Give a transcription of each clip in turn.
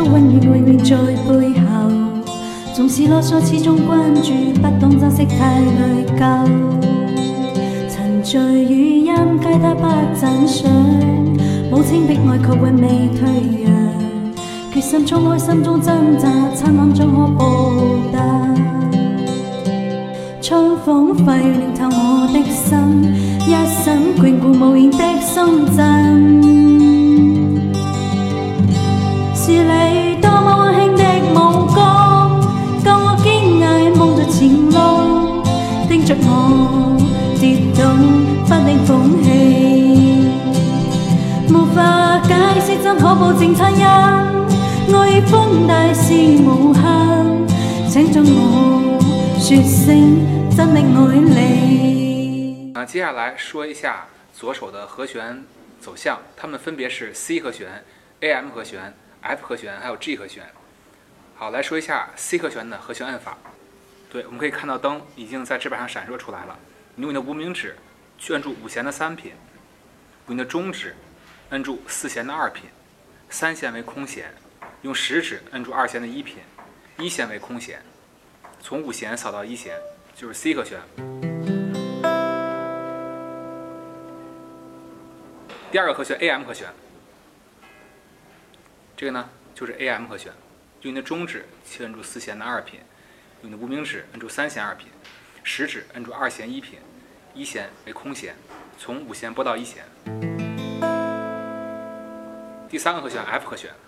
永遠在背後，縱是囉嗦始終關注，不懂珍惜太內疚。塵序語音皆他不讚賞，無情迫愛卻永未退讓，決心衝開心中掙扎，燦爛將可報答。春風拂亂透我的心，一生眷顧無言的深圳。是你多麼溫馨的目光，救我堅毅夢在前路，叮囑我跌倒不應放棄。無法解釋怎可保證殘忍，愛與風大是無限，請將我說聲真的愛你。 接下来说一下左手的和弦走向，它们分别是 C 和弦、AM 和弦、F 和弦还有 G 和弦。好，来说一下 C 和弦的和弦按法。对，我们可以看到灯已经在纸板上闪烁出来了。你用你的无名指去摁住5弦的3品，用你的中指摁住4弦的2品，3弦为空弦，用食指摁住2弦的1品，1弦为空弦，从5弦扫到1弦，就是 C 和弦。第二个和弦 AM 和弦，这个呢就是 AM 和弦，用你的中指去摁住4弦的2品，用你的无名指摁住3弦2品，食指摁住2弦1品，1弦为空弦，从5弦拨到1弦。第三个和弦 F 和弦，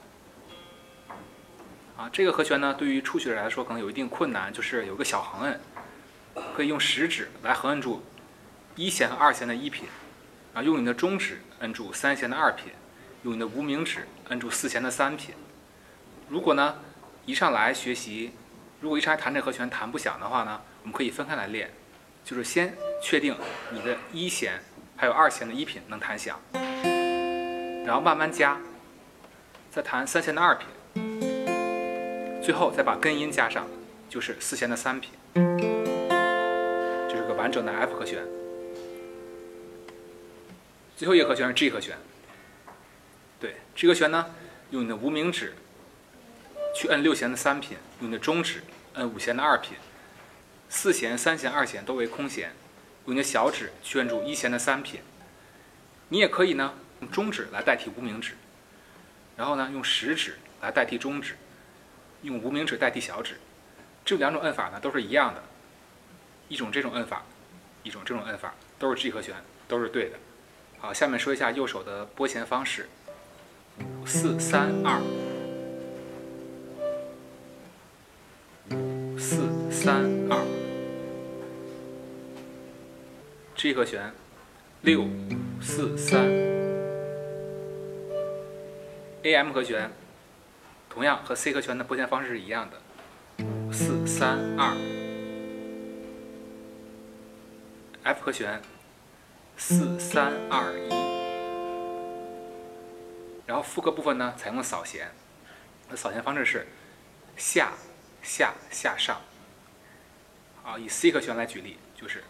这个和弦呢对于初学者来说可能有一定困难，就是有个小横摁，可以用食指来横摁住1弦和2弦的1品，用你的中指摁住3弦的2品，用你的无名指摁住4弦的3品。如果呢一上来学习，如果一上来弹这和弦弹不响的话呢，我们可以分开来练，就是先确定你的1弦还有2弦的1品能弹响，然后慢慢加，再弹3弦的2品，最后再把根音加上，就是4弦的3品。这是个完整的 F 和弦。最后一个和弦是 G 和弦。对， G 和弦呢，用你的无名指去摁6弦的3品，用你的中指摁5弦的2品，4弦、3弦、2弦都为空弦，用你的小指去摁住1弦的3品。你也可以呢用中指来代替无名指，然后呢用食指来代替中指，用无名指代替小指。这两种摁法呢都是一样的，一种这种摁法，一种这种摁法，都是 G 和弦，都是对的。好，下面说一下右手的拨弦方式：5、4、3、2。5、4、3、2。G 和弦6、4、3。AM 和弦同样和 C 和弦的拨弦方式是一样的，5、4、3、2。F 和弦4、3、2、1。然后副歌部分呢采用扫弦，扫弦方式是下下下上。以 C 和弦来举例，就是